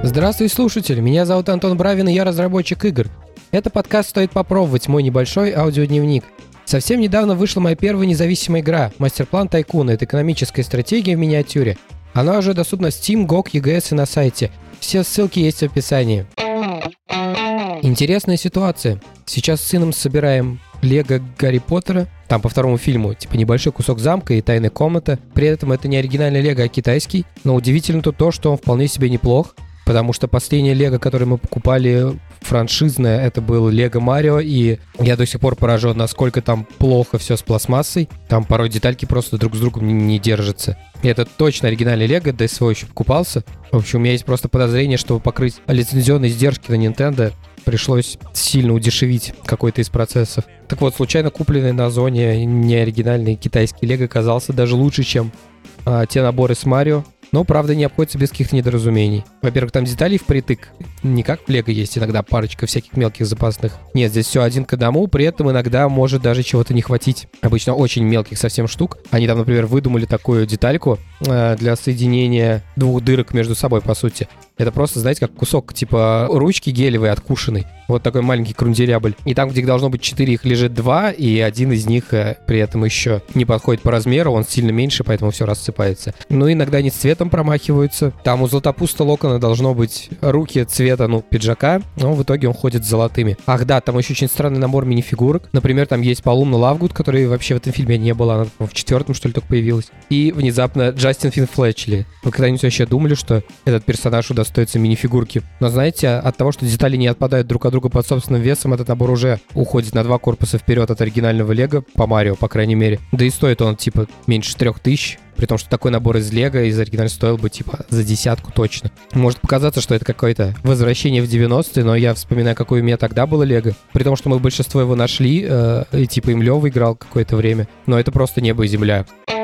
Здравствуй, слушатели! Меня зовут Антон Бравин, и я разработчик игр. Это подкаст «Стоит попробовать», мой небольшой аудиодневник. Совсем недавно вышла моя первая независимая игра «Мастерплан Тайкуна». Это экономическая стратегия в миниатюре. Она уже доступна в Steam, GOG, EGS и на сайте. Все ссылки есть в описании. Интересная ситуация. Сейчас с сыном собираем Лего Гарри Поттера. Там по второму фильму, типа небольшой кусок замка и тайная комната. При этом это не оригинальный Лего, а китайский. Но удивительно тут то, что он вполне себе неплох. Потому что последнее Лего, которое мы покупали франшизное, это был Лего Марио, и я до сих пор поражен, насколько там плохо все с пластмассой. Там порой детальки просто друг с другом не держатся. И это точно оригинальный Лего, да и свой еще покупался. В общем, у меня есть просто подозрение, чтобы покрыть лицензионные издержки на Nintendo, пришлось сильно удешевить какой-то из процессов. Так вот, случайно купленный на Озоне неоригинальный китайский Лего оказался даже лучше, чем те наборы с Марио. Но, правда, не обходится без каких-то недоразумений. Во-первых, там деталей впритык. Не как в Лего есть иногда парочка всяких мелких запасных. Нет, здесь все один к одному, при этом иногда может даже чего-то не хватить. Обычно очень мелких совсем штук. Они там, например, выдумали такую детальку для соединения двух дырок между собой, по сути. Это просто, знаете, как кусок типа ручки гелевой откушенной. Вот такой маленький крунделябль. И там, где их должно быть 4, их лежит 2, и один из них при этом еще не подходит по размеру, он сильно меньше, поэтому все рассыпается. Ну, иногда они с цветом промахиваются. Там у Златопуста Локона должно быть руки цвета, пиджака, но в итоге он ходит с золотыми. Ах да, там еще очень странный набор минифигурок. Например, там есть Палумна Лавгуд, которой вообще в этом фильме не было, она в 4-м, что ли, только появилась. И внезапно Джастин Финн Флетчли. Вы когда-нибудь вообще думали, что этот персонаж удостоится минифигурки? Но знаете, от того, что детали не отпадают друг от друга под собственным весом, этот набор уже уходит на 2 корпуса вперед от оригинального Лего, по Марио, по крайней мере. Да и стоит он, типа, меньше 3000. При том, что такой набор из Лего, из оригинала стоил бы, типа, за 10 точно. Может показаться, что это какое-то возвращение в 90-е, но я вспоминаю, какое у меня тогда было Лего. При том, что мы большинство его нашли, и типа им Лёва играл какое-то время. Но это просто небо и земля.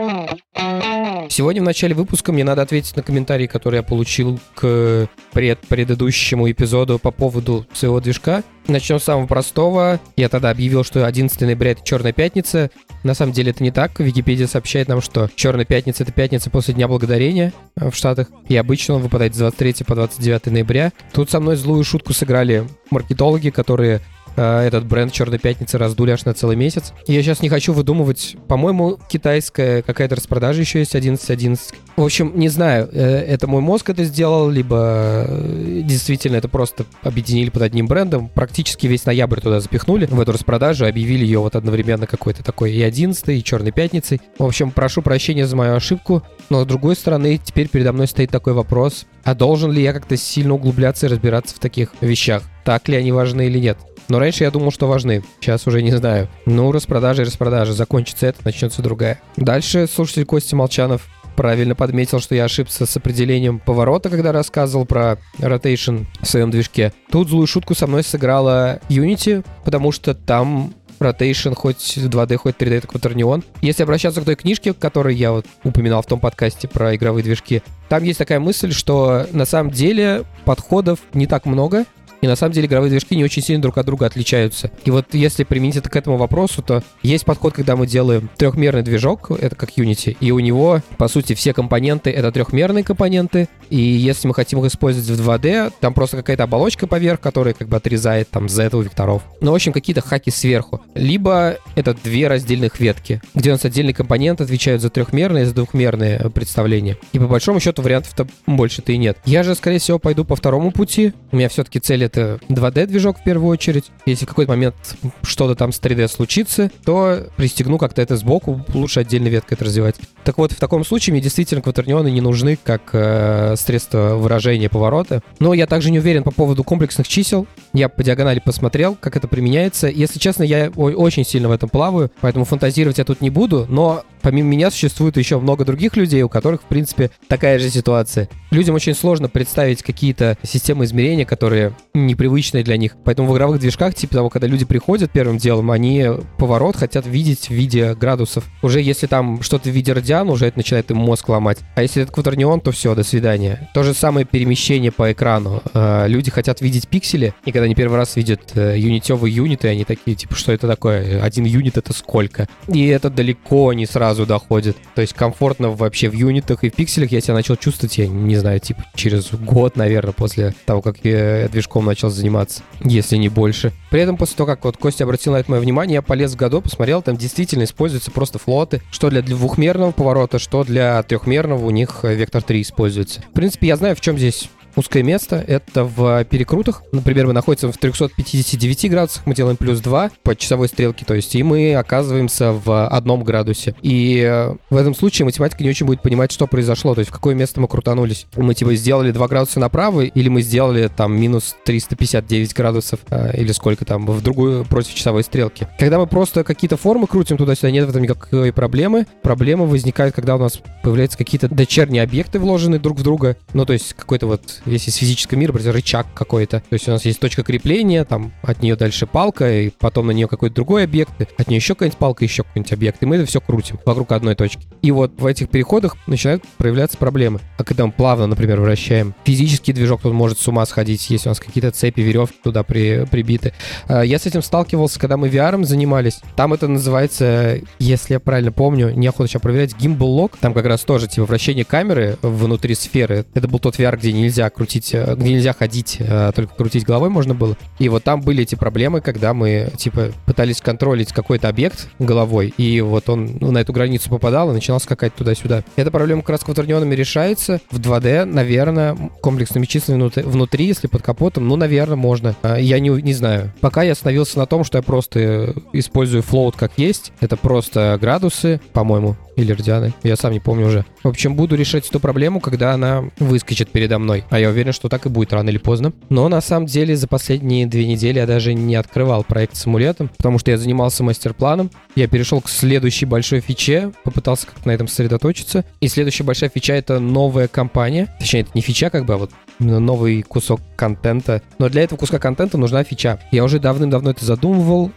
Сегодня в начале выпуска мне надо ответить на комментарии, которые я получил к предыдущему эпизоду по поводу своего движка. Начнем с самого простого. Я тогда объявил, что 11 ноября — это Черная пятница. На самом деле это не так. Википедия сообщает нам, что Черная пятница — это пятница после Дня Благодарения в Штатах. И обычно он выпадает с 23 по 29 ноября. Тут со мной злую шутку сыграли маркетологи, которые этот бренд Черной пятницы раздули аж на целый месяц. Я сейчас не хочу выдумывать. По-моему, китайская какая-то распродажа еще есть 11.11. В общем, не знаю, это мой мозг это сделал, либо действительно это просто объединили под одним брендом. Практически весь ноябрь туда запихнули, в эту распродажу, объявили ее вот одновременно какой-то такой и 11 и Черной пятницей. В общем, прошу прощения за мою ошибку, но с другой стороны, теперь передо мной стоит такой вопрос: а должен ли я как-то сильно углубляться и разбираться в таких вещах? Так ли они важны или нет? Но раньше я думал, что важны. Сейчас уже не знаю. Распродажа и распродажа. Закончится это, начнется другая. Дальше слушатель Костя Молчанов правильно подметил, что я ошибся с определением поворота, когда рассказывал про ротейшн в своем движке. Тут злую шутку со мной сыграла Unity, потому что там ротейшн хоть 2D, хоть 3D, это кватернион. Если обращаться к той книжке, которую я вот упоминал в том подкасте про игровые движки, там есть такая мысль, что на самом деле подходов не так много, и на самом деле игровые движки не очень сильно друг от друга отличаются. И вот если применить это к этому вопросу, то есть подход, когда мы делаем трехмерный движок, это как Unity, и у него, по сути, все компоненты — это трехмерные компоненты, и если мы хотим их использовать в 2D, там просто какая-то оболочка поверх, которая как бы отрезает там z у векторов. Ну, в общем, какие-то хаки сверху. Либо это 2 раздельных ветки, где у нас отдельные компоненты отвечают за трехмерные и за двухмерные представления. И по большому счету вариантов-то больше-то и нет. Я же, скорее всего, пойду по второму пути. У меня все-таки цель — это 2D-движок в первую очередь. Если в какой-то момент что-то там с 3D случится, то пристегну как-то это сбоку, лучше отдельной веткой это развивать. Так вот, в таком случае мне действительно кватернионы не нужны как средство выражения поворота. Но я также не уверен по поводу комплексных чисел. Я по диагонали посмотрел, как это применяется. Если честно, я очень сильно в этом плаваю, поэтому фантазировать я тут не буду, но помимо меня существует еще много других людей, у которых, в принципе, такая же ситуация. Людям очень сложно представить какие-то системы измерения, которые непривычные для них. Поэтому в игровых движках, типа того, когда люди приходят первым делом, они поворот хотят видеть в виде градусов. Уже если там что-то в виде радиана, кватерниан, уже это начинает им мозг ломать. А если это кватернион, то все, до свидания. То же самое перемещение по экрану. Люди хотят видеть пиксели, и когда они первый раз видят юнитевые юниты, они такие, типа, что это такое? Один юнит — это сколько? И это далеко не сразу доходит. То есть комфортно вообще в юнитах и в пикселях я себя начал чувствовать, я не знаю, типа, через год, наверное, после того, как я движком начал заниматься, если не больше. При этом после того, как вот Костя обратил на это мое внимание, я полез в Godot, посмотрел, там действительно используются просто флоты, что для двухмерного поворота, что для трехмерного у них вектор 3 используется. В принципе, я знаю, в чем здесь узкое место. Это в перекрутах. Например, мы находимся в 359 градусах, мы делаем плюс 2 по часовой стрелке, то есть, и мы оказываемся в 1 градусе. И в этом случае математика не очень будет понимать, что произошло, то есть в какое место мы крутанулись. Мы типа сделали 2 градуса направо, или мы сделали там минус 359 градусов, или сколько там, в другую против часовой стрелки. Когда мы просто какие-то формы крутим туда-сюда, нет в этом никакой проблемы. Проблема возникает, когда у нас появляются какие-то дочерние объекты, вложенные друг в друга. Ну, то есть какой-то вот весь из физического мира, например, рычаг какой-то. То есть у нас есть точка крепления, там от нее дальше палка, и потом на нее какой-то другой объект, от нее еще какая-нибудь палка, еще какой-нибудь объект, и мы это все крутим вокруг одной точки. И вот в этих переходах начинают проявляться проблемы. А когда мы плавно, например, вращаем физический движок, он может с ума сходить, если у нас какие-то цепи, веревки туда прибиты. Я с этим сталкивался, когда мы VR занимались. Там это называется, если я правильно помню, неохота сейчас проверять, gimbal lock. Там как раз тоже типа вращение камеры внутри сферы. Это был тот VR, где нельзя крутить, где нельзя ходить, только крутить головой можно было. И вот там были эти проблемы, когда мы типа пытались контролить какой-то объект головой, и вот он на эту границу попадал и начинал скакать туда-сюда. Эта проблема как раз кватернионами решается. В 2D, наверное, комплексными числами внутри, если под капотом, ну, наверное, можно. Я не знаю. Пока я остановился на том, что я просто использую float как есть. Это просто градусы, по-моему, или радианы. Я сам не помню уже. В общем, буду решать эту проблему, когда она выскочит передо мной. А я уверен, что так и будет рано или поздно. Но на самом деле за последние 2 недели я даже не открывал проект с амулетом, потому что я занимался мастер-планом. Я перешел к следующей большой фиче, попытался как-то на этом сосредоточиться. И следующая большая фича — это новая кампания. Точнее, это не фича как бы, а вот именно новый кусок контента. Но для этого куска контента нужна фича. Я уже давным-давно это задумывал.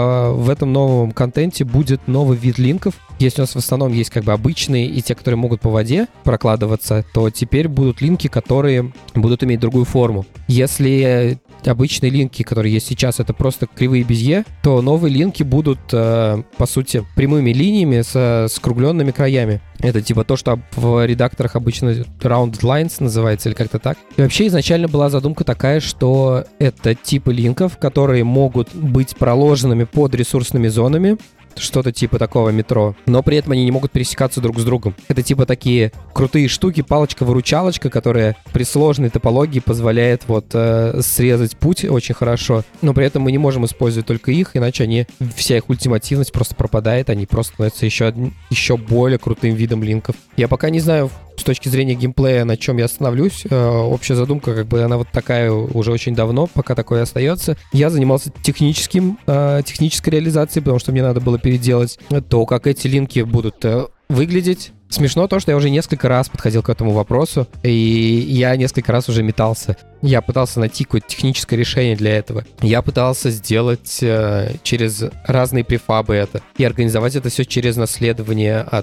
В этом новом контенте будет новый вид линков. Если у нас в основном есть как бы обычные и те, которые могут по воде прокладываться, то теперь будут линки, которые будут иметь другую форму. Если обычные линки, которые есть сейчас, это просто кривые безе, то новые линки будут, по сути, прямыми линиями с скругленными краями. Это типа то, что в редакторах обычно rounded lines называется, или как-то так. И вообще изначально была задумка такая, что это типы линков, которые могут быть проложенными под ресурсными зонами, что-то типа такого метро, но при этом они не могут пересекаться друг с другом. Это типа такие крутые штуки, палочка-выручалочка, которая при сложной топологии позволяет вот срезать путь очень хорошо, но при этом мы не можем использовать только их, иначе вся их ультимативность просто пропадает, они просто становятся еще более крутым видом линков. Я пока не знаю, с точки зрения геймплея, на чем я остановлюсь. Общая задумка, как бы, она вот такая уже очень давно, пока такое остается. Я занимался технической реализацией, потому что мне надо было переделать то, как эти линки будут выглядеть. Смешно то, что я уже несколько раз подходил к этому вопросу, и я несколько раз уже метался. Я пытался найти какое-то техническое решение для этого. Я пытался сделать через разные префабы это, и организовать это все через наследование от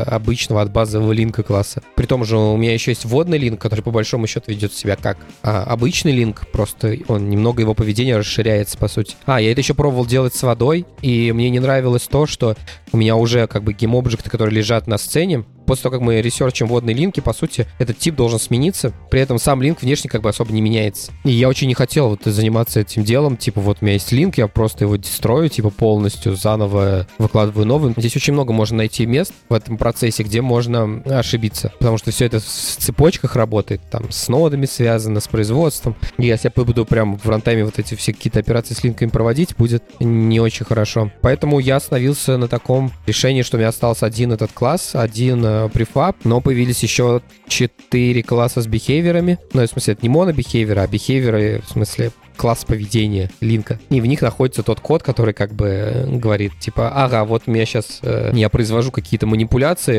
базового линка класса. При том же у меня еще есть вводный линк, который по большому счету ведет себя как обычный линк, просто он немного его поведение расширяется, по сути. Я это еще пробовал делать с водой, и мне не нравилось то, что у меня уже как бы гейм-объекты, которые лежат на сцене, после того, как мы ресерчим водные линки, по сути, этот тип должен смениться. При этом сам линк внешне как бы особо не меняется. И я очень не хотел вот заниматься этим делом. Типа вот у меня есть линк, я просто его дестрою, типа полностью заново выкладываю новый. Здесь очень много можно найти мест в этом процессе, где можно ошибиться. Потому что все это в цепочках работает. Там с нодами связано, с производством. И если я буду прям в рантайме вот эти все какие-то операции с линками проводить, будет не очень хорошо. Поэтому я остановился на таком решении, что у меня остался один этот класс, один префаб, но появились еще 4 класса с бихейверами. Ну, в смысле, это не монобихейверы, а бихейверы, в смысле, класс поведения линка. И в них находится тот код, который как бы говорит, типа, вот у меня сейчас я произвожу какие-то манипуляции, что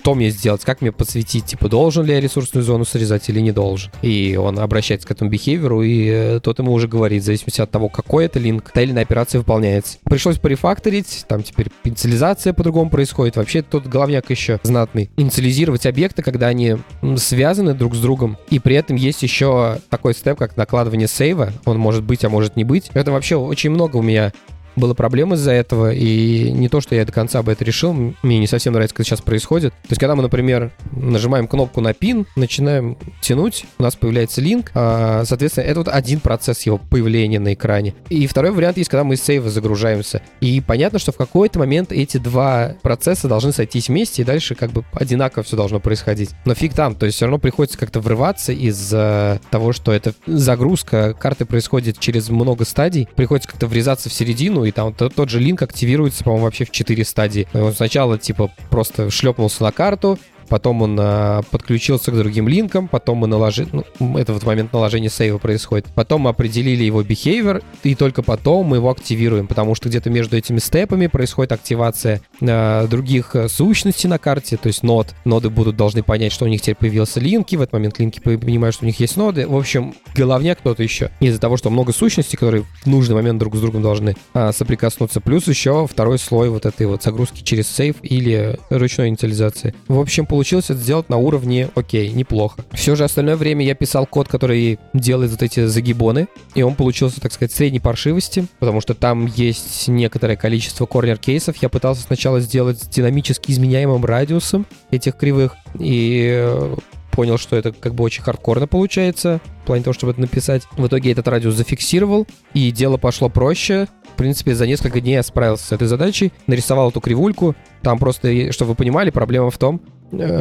что мне сделать, как мне подсветить, типа, должен ли я ресурсную зону срезать или не должен. И он обращается к этому бихейверу, и тот ему уже говорит, в зависимости от того, какой это линк, та или иная операция выполняется. Пришлось порефакторить, там теперь инициализация по-другому происходит. Вообще тут головняк еще знатный. Инициализировать объекты, когда они связаны друг с другом, и при этом есть еще такой степ, как накладывание сейва. Он может быть, а может не быть. Это вообще очень много у меня было проблем из-за этого, и не то, что я до конца бы это решил, мне не совсем нравится, как это сейчас происходит. То есть, когда мы, например, нажимаем кнопку на пин, начинаем тянуть, у нас появляется линк, соответственно, это вот один процесс его появления на экране. И второй вариант есть, когда мы из сейва загружаемся. И понятно, что в какой-то момент эти два процесса должны сойтись вместе, и дальше как бы одинаково все должно происходить. Но фиг там, то есть все равно приходится как-то врываться из-за того, что эта загрузка карты происходит через много стадий, приходится как-то врезаться в середину, и там тот же линк активируется, по-моему, вообще в 4 стадии. Он сначала, типа, просто шлепнулся на карту, потом он подключился к другим линкам, потом мы наложили... это вот момент наложения сейва происходит. Потом мы определили его behavior, и только потом мы его активируем, потому что где-то между этими степами происходит активация других сущностей на карте, то есть нод. Ноды должны понять, что у них теперь появился линки, в этот момент линки понимают, что у них есть ноды. В общем, головняк кто-то еще. Из-за того, что много сущностей, которые в нужный момент друг с другом должны соприкоснуться, плюс еще второй слой вот этой вот загрузки через сейв или ручной инициализации. В общем, получилось это сделать на уровне окей, неплохо. Все же остальное время я писал код, который делает вот эти загибоны, и он получился, так сказать, средней паршивости, потому что там есть некоторое количество корнер-кейсов. Я пытался сначала сделать с динамически изменяемым радиусом этих кривых, и понял, что это как бы очень хардкорно получается в плане того, чтобы это написать. В итоге этот радиус зафиксировал, и дело пошло проще. В принципе, за несколько дней я справился с этой задачей, нарисовал эту кривульку. Там просто, чтобы вы понимали, проблема в том,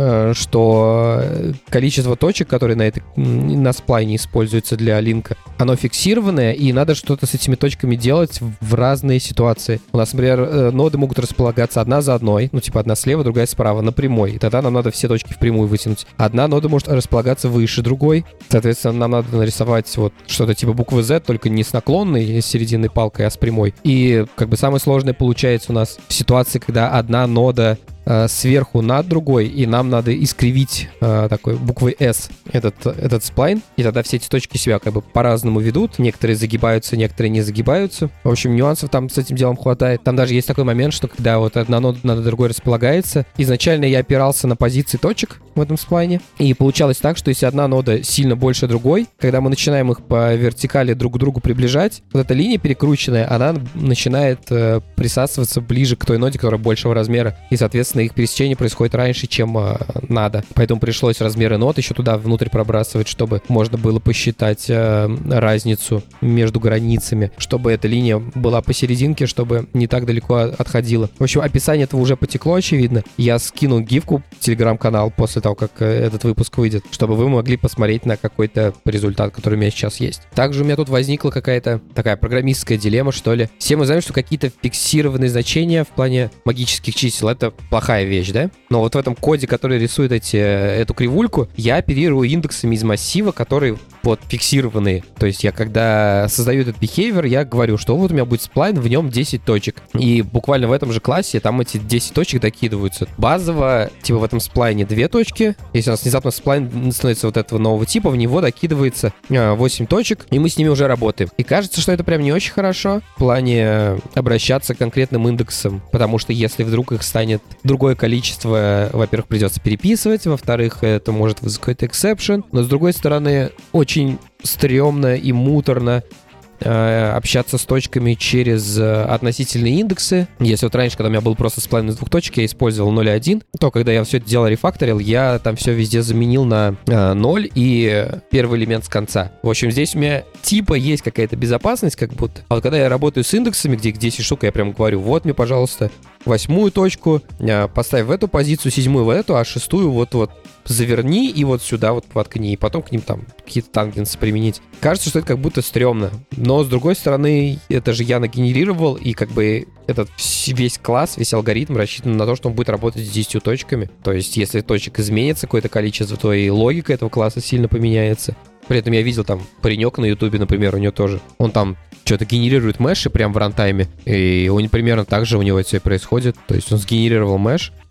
что количество точек, которые на сплайне используются для линка, оно фиксированное, и надо что-то с этими точками делать в разные ситуации. У нас, например, ноды могут располагаться одна за одной, типа одна слева, другая справа, на прямой, и тогда нам надо все точки впрямую вытянуть. Одна нода может располагаться выше другой, соответственно, нам надо нарисовать вот что-то типа буквы Z, только не с наклонной, с серединной палкой, а с прямой. И как бы самое сложное получается у нас в ситуации, когда одна нода сверху над другой, и нам надо искривить такой буквой S этот сплайн, и тогда все эти точки себя как бы по-разному ведут. Некоторые загибаются, некоторые не загибаются. В общем, нюансов там с этим делом хватает. Там даже есть такой момент, что когда вот одна нода над другой располагается, изначально я опирался на позиции точек в этом сплайне, и получалось так, что если одна нода сильно больше другой, когда мы начинаем их по вертикали друг к другу приближать, вот эта линия перекрученная, она начинает присасываться ближе к той ноде, которая большего размера, и, соответственно, их пересечение происходит раньше, чем надо. Поэтому пришлось размеры нот еще туда внутрь пробрасывать, чтобы можно было посчитать разницу между границами, чтобы эта линия была посерединке, чтобы не так далеко отходила. В общем, описание этого уже потекло, очевидно. Я скину гифку в телеграм-канал после того, как этот выпуск выйдет, чтобы вы могли посмотреть на какой-то результат, который у меня сейчас есть. Также у меня тут возникла какая-то такая программистская дилемма, что ли. Все мы знаем, что какие-то фиксированные значения в плане магических чисел — это плохая вещь, да? Но вот в этом коде, который рисует эту кривульку, я оперирую индексами из массива, которые вот фиксированные. То есть я когда создаю этот behavior, я говорю, что вот у меня будет сплайн, в нем 10 точек. И буквально в этом же классе там эти 10 точек докидываются. Базово, типа в этом сплайне 2 точки. Если у нас внезапно сплайн становится вот этого нового типа, в него докидывается 8 точек, и мы с ними уже работаем. И кажется, что это прям не очень хорошо в плане обращаться к конкретным индексам, потому что если вдруг их станет другое количество, во-первых, придется переписывать, во-вторых, это может вызвать какой-то exception, но с другой стороны, очень стрёмно и муторно общаться с точками через относительные индексы. Если вот раньше, когда у меня был просто сплайн из 2 точек, я использовал 0 и 1, то когда я все это дело рефакторил, я там все везде заменил на 0 и первый элемент с конца. В общем, здесь у меня типа есть какая-то безопасность, как будто. А вот когда я работаю с индексами, где их 10 штук, я прям говорю, вот мне, пожалуйста, 8 точку, поставь в эту позицию, 7 в эту, а 6 вот заверни и вот сюда вот воткни, и потом к ним там какие-то тангенсы применить. Кажется, что это как будто стрёмно. Но, с другой стороны, это же я нагенерировал, и как бы этот весь класс, весь алгоритм рассчитан на то, что он будет работать с 10 точками. То есть, если точек изменится какое-то количество, то и логика этого класса сильно поменяется. При этом я видел там паренек на ютубе, например, у него тоже. Он там что-то генерирует мэши прямо в рантайме, и примерно так же у него это все происходит. То есть он сгенерировал мэш,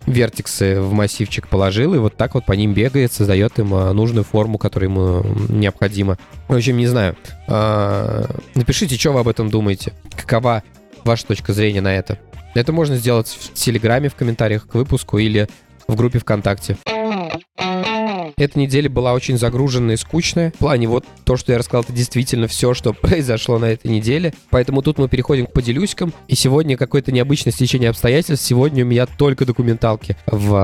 вертексы в массивчик положил, и вот так вот по ним бегает, создает им нужную форму, которая ему необходима. В общем, не знаю. Напишите, что вы об этом думаете. Какова ваша точка зрения на это? Это можно сделать в Телеграме, в комментариях к выпуску или в группе ВКонтакте. Эта неделя была очень загруженная и скучная. В плане вот то, что я рассказал, это действительно все, что произошло на этой неделе. Поэтому тут мы переходим к поделюськам. И сегодня какое-то необычное стечение обстоятельств. Сегодня у меня только документалки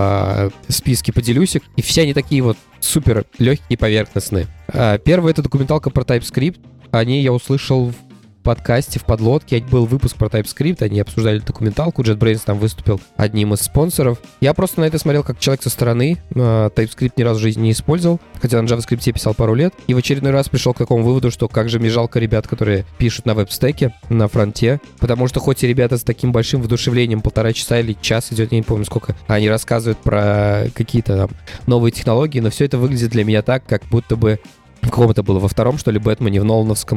в списке поделюсик. И все они такие вот супер легкие и поверхностные. Первая — это документалка про TypeScript. О ней я услышал в подкасте, в подлодке. Был выпуск про TypeScript, они обсуждали документалку, JetBrains там выступил одним из спонсоров. Я просто на это смотрел как человек со стороны. TypeScript ни разу в жизни не использовал, хотя на JavaScript я писал пару лет. И в очередной раз пришел к такому выводу, что как же мне жалко ребят, которые пишут на веб-стеке, на фронте, потому что хоть и ребята с таким большим воодушевлением 1,5 часа или час идет, я не помню сколько, они рассказывают про какие-то там новые технологии, но все это выглядит для меня так, как будто бы в каком-то было во втором, что ли, Бэтмене, в Нолановском,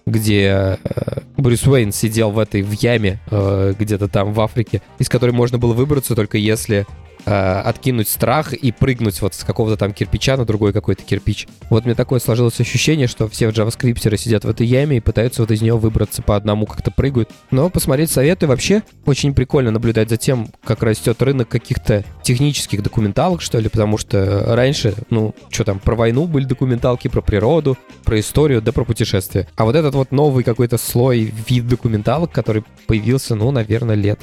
где Брюс Уэйн сидел в яме где-то там в Африке, из которой можно было выбраться только если откинуть страх и прыгнуть вот с какого-то там кирпича на другой какой-то кирпич. Вот мне такое сложилось ощущение, что все джаваскриптеры сидят в этой яме и пытаются вот из нее выбраться по одному, как-то прыгают. Но посмотреть советую. Вообще очень прикольно наблюдать за тем, как растет рынок каких-то технических документалок, что ли, потому что раньше, что там, про войну были документалки, про природу, про историю, да про путешествия. А вот этот вот новый какой-то слой, вид документалок, который появился, наверное, лет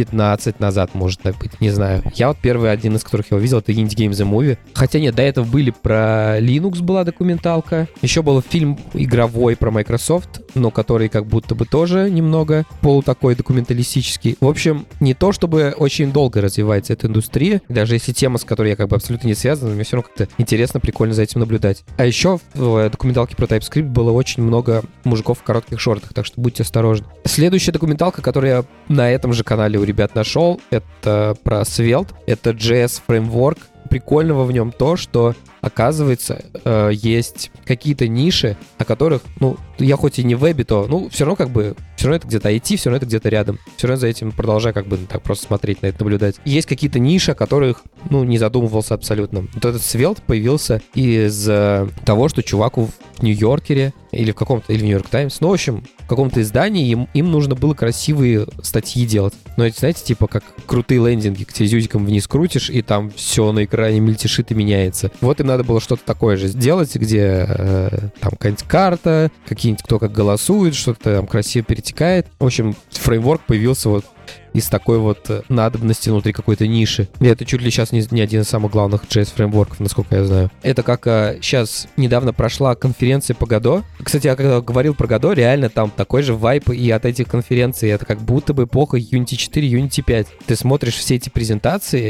15 назад, может быть, не знаю. Я вот первый один из которых я увидел, это Indie Game The Movie. Хотя нет, до этого были про Linux была документалка. Еще был фильм игровой про Microsoft, но который как будто бы тоже немного такой документалистический. В общем, не то чтобы очень долго развивается эта индустрия, даже если тема, с которой я как бы абсолютно не связан, мне все равно как-то интересно, прикольно за этим наблюдать. А еще в документалке про TypeScript было очень много мужиков в коротких шортах, так что будьте осторожны. Следующая документалка, которую я на этом же канале у ребят нашел, это про Svelte, это JS фреймворк. Прикольного в нем то, что, оказывается, есть какие-то ниши, о которых, я хоть и не в вебе, то, все равно это где-то IT, все равно это где-то рядом. Все равно за этим продолжаю так просто смотреть на это, наблюдать. Есть какие-то ниши, о которых, не задумывался абсолютно. Вот этот Svelte появился из того, что чуваку в Нью-Йоркере или в Нью-Йорк Таймс, в общем, в каком-то издании им нужно было красивые статьи делать. Но эти, знаете, типа как крутые лендинги, где зюзиком вниз крутишь, и там все на экране мельтешит и меняется. Вот им надо было что-то такое же сделать, где там какая-нибудь карта, какие-нибудь кто как голосует, что-то там красиво перетекает. В общем, фреймворк появился вот из такой вот надобности внутри какой-то ниши. И это чуть ли сейчас не один из самых главных JS-фреймворков, насколько я знаю. Это как сейчас недавно прошла конференция по Godot. Кстати, я когда говорил про Godot, реально там такой же вайп и от этих конференций. Это как будто бы эпоха Unity 4, Unity 5. Ты смотришь все эти презентации,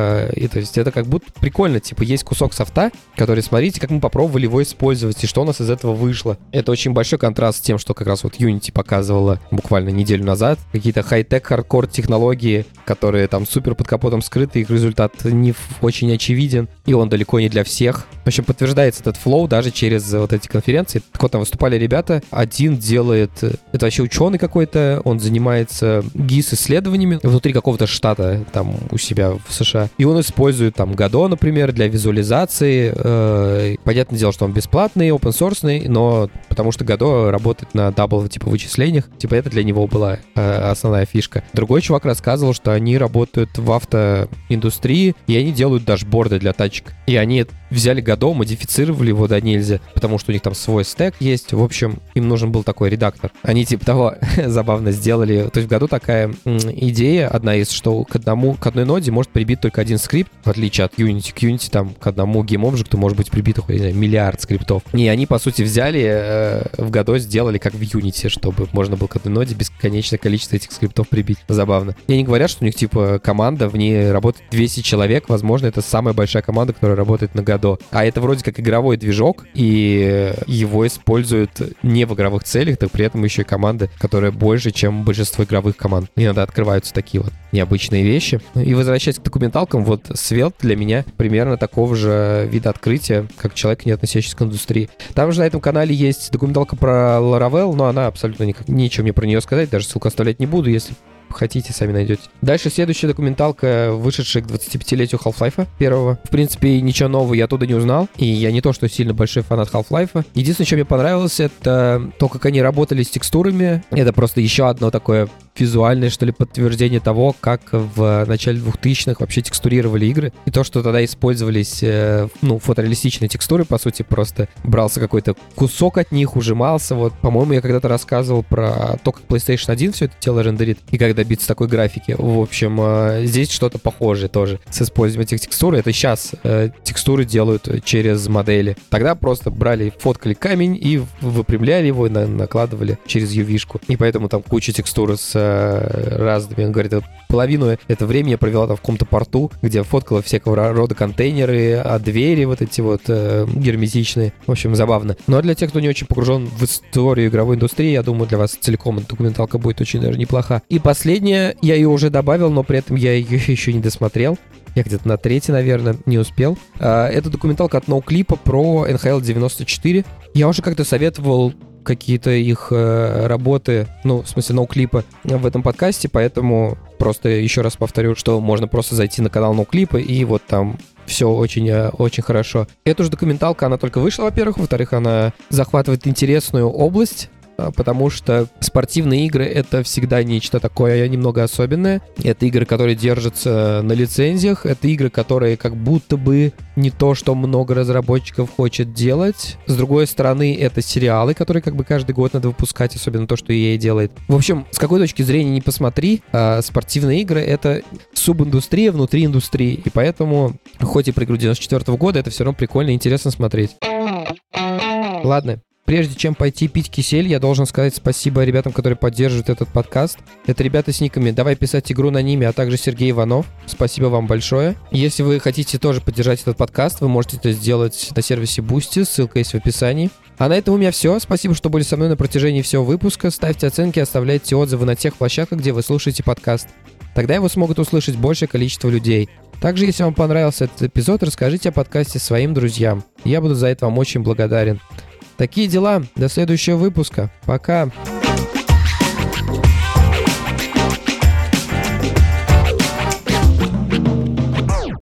и то есть это как будто прикольно. Типа есть кусок софта, который, смотрите, как мы попробовали его использовать, и что у нас из этого вышло. Это очень большой контраст с тем, что как раз вот Unity показывала буквально неделю назад. Какие-то хай-тек, хардкор технологии, которые там супер под капотом скрыты, их результат не очень очевиден, и он далеко не для всех. В общем, подтверждается этот флоу даже через вот эти конференции. Так вот, там выступали ребята. Один делает... Это вообще ученый какой-то, он занимается GIS-исследованиями внутри какого-то штата там у себя в США. И он использует там Godot, например, для визуализации. Понятное дело, что он бесплатный, open-source, но потому что Godot работает на дабл типа вычислениях. Типа это для него была основная фишка. Другой чувак рассказывал, что они работают в автоиндустрии, и они делают дашборды для тачек. И они взяли Godot, модифицировали его до нельзя, потому что у них там свой стэк есть. В общем, им нужен был такой редактор. Они типа того забавно сделали. То есть в Godot такая идея, одна из, что к одной ноде может прибить только один скрипт, в отличие от Unity. К Unity там к одному гейм-обжекту может быть прибито, не знаю, миллиард скриптов. И они, по сути, взяли в Godot, сделали как в Unity, чтобы можно было к одной ноде бесконечное количество этих скриптов прибить. Забавно. И они говорят, что у них типа команда, в ней работает 200 человек. Возможно, это самая большая команда, которая работает на Godot. А это вроде как игровой движок, и его используют не в игровых целях, так при этом еще и команды, которая больше, чем большинство игровых команд. Иногда открываются такие вот необычные вещи. И возвращаясь к документалкам, вот Svelte для меня примерно такого же вида открытия, как человек, не относящийся к индустрии. Там же на этом канале есть документалка про Laravel, но она абсолютно ничего мне про нее сказать, даже ссылку оставлять не буду. Если хотите, сами найдете. Дальше следующая документалка, вышедшая к 25-летию Half-Life первого. В принципе, ничего нового я оттуда не узнал, и я не то, что сильно большой фанат Half-Life. Единственное, что мне понравилось, это то, как они работали с текстурами. Это просто еще одно такое визуальное, что ли, подтверждение того, как в начале 2000-х вообще текстурировали игры. И то, что тогда использовались, фотореалистичные текстуры, по сути, просто брался какой-то кусок от них, ужимался. Вот, по-моему, я когда-то рассказывал про то, как PlayStation 1 все это тело рендерит, и как добиться такой графики. В общем, здесь что-то похожее тоже с использованием этих текстур. Это сейчас текстуры делают через модели. Тогда просто брали, фоткали камень и выпрямляли его, накладывали через UV-шку. И поэтому там куча текстур с разными. Он говорит, половину этого времени я провела там в каком-то порту, где фоткала всякого рода контейнеры, а двери вот эти вот герметичные. В общем, забавно. Но для тех, кто не очень погружен в историю игровой индустрии, я думаю, для вас целиком эта документалка будет очень даже неплоха. И последняя, я ее уже добавил, но при этом я ее еще не досмотрел. Я где-то на третий, наверное, не успел. Это документалка от NoClip про NHL 94. Я уже как-то советовал какие-то их работы, в смысле NoClip в этом подкасте, поэтому просто еще раз повторю, что можно просто зайти на канал NoClip, и вот там все очень, очень хорошо. Эта же документалка, она только вышла, во-первых. Во-вторых, она захватывает интересную область, потому что спортивные игры — это всегда нечто такое немного особенное. Это игры, которые держатся на лицензиях. Это игры, которые как будто бы не то, что много разработчиков хочет делать. С другой стороны, это сериалы, которые как бы каждый год надо выпускать, особенно то, что EA делает. В общем, с какой точки зрения не посмотри, спортивные игры — это субиндустрия внутри индустрии. И поэтому, хоть и про игру 94 года, это все равно прикольно и интересно смотреть. Ладно. Прежде чем пойти пить кисель, я должен сказать спасибо ребятам, которые поддерживают этот подкаст. Это ребята с никами «Давай писать игру на ниме», а также Сергей Иванов. Спасибо вам большое. Если вы хотите тоже поддержать этот подкаст, вы можете это сделать на сервисе Boosty, ссылка есть в описании. А на этом у меня все. Спасибо, что были со мной на протяжении всего выпуска. Ставьте оценки, оставляйте отзывы на тех площадках, где вы слушаете подкаст. Тогда его смогут услышать большее количество людей. Также, если вам понравился этот эпизод, расскажите о подкасте своим друзьям. Я буду за это вам очень благодарен. Такие дела. До следующего выпуска. Пока.